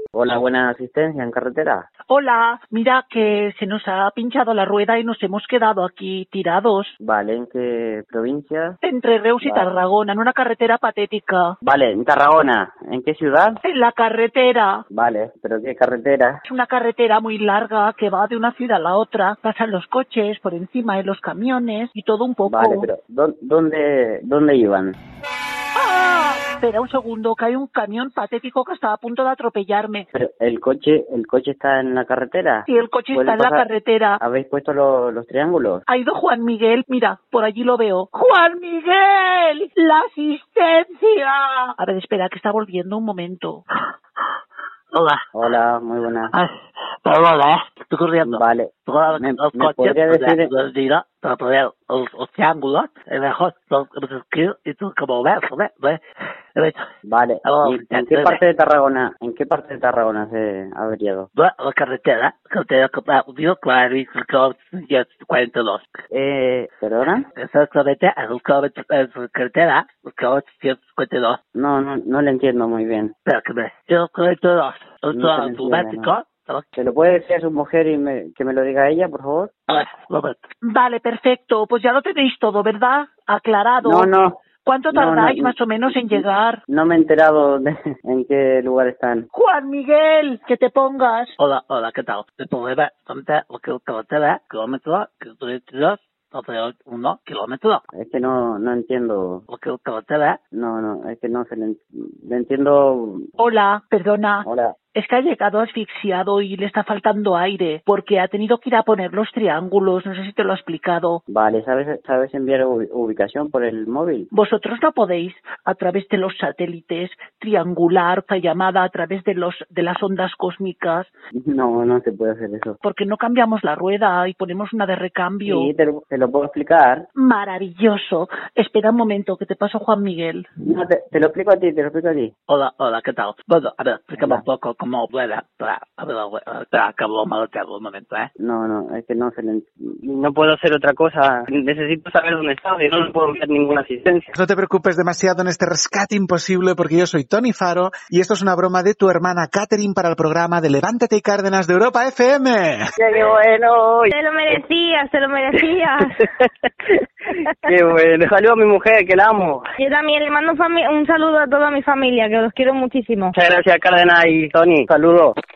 Hola, buena asistencia en carretera. Hola, mira que se nos ha pinchado la rueda y nos hemos quedado aquí tirados. Vale, ¿en qué provincia? Entre Reus y Tarragona, en una carretera patética. Vale, en Tarragona. ¿En qué ciudad? En la carretera. Vale, ¿pero qué carretera? Es una carretera muy larga que va de una ciudad a la otra. Pasan los coches por encima de los camiones y todo un poco. Vale, pero ¿dónde iban? ¡Ah! Espera un segundo, que hay un camión patético que estaba a punto de atropellarme. Pero el coche está en la carretera. Sí, el coche está en la carretera. ¿Habéis puesto los triángulos? Ha ido Juan Miguel, mira, por allí lo veo. ¡Juan Miguel! ¡La asistencia! A ver, espera, que está volviendo un momento. Hola. Hola, muy buenas. Perdona, estoy corriendo. Vale. ¿Me podría decir? Para poner los triángulos, es mejor los escribir y tú como ves, ¿ves? Vale. ¿En qué parte de Tarragona? ¿En qué parte de Tarragona se ha averiado? La carretera que 42. ¿Perdona? Exactamente, en la carretera, 152. No le entiendo muy bien. Espera que me... 142. Automático. ¿Se lo puede decir a su mujer y que me lo diga a ella, por favor? Vale, perfecto. Pues ya lo tenéis todo, ¿verdad? Aclarado. No. ¿Cuánto tardáis más o menos en llegar? No me he enterado de en qué lugar están. Juan Miguel, que te pongas. Hola, ¿qué tal? El problema es que carretera, kilómetro, 1 kilómetro. Es que no entiendo. Porque carretera. No, es que no se le entiendo. Hola, perdona. Hola. Es que ha llegado asfixiado y le está faltando aire, porque ha tenido que ir a poner los triángulos, no sé si te lo ha explicado. Vale, ¿sabes enviar ubicación por el móvil? Vosotros no podéis, a través de los satélites, triangular la llamada a través de las ondas cósmicas. No se puede hacer eso. Porque no cambiamos la rueda y ponemos una de recambio. Sí, te lo puedo explicar. Maravilloso. Espera un momento, que te paso Juan Miguel. No, te lo explico a ti. Hola, ¿qué tal? Bueno, a ver, explícame un poco cómo vuela. Acabo un momento, ¿eh? No, es que no puedo hacer otra cosa. Necesito saber dónde está y no puedo enviar ninguna asistencia. No te preocupes demasiado en este rescate imposible porque yo soy Tony Faro y esto es una broma de tu hermana Catherine para el programa de Levántate y Cárdenas de Europa FM. ¡Qué bueno! Te lo merecías. ¡Qué bueno! Saludo a mi mujer, que la amo. Yo también le mando un saludo a toda mi familia, que los quiero muchísimo. Muchas gracias, Cárdenas y Tony. Saludos.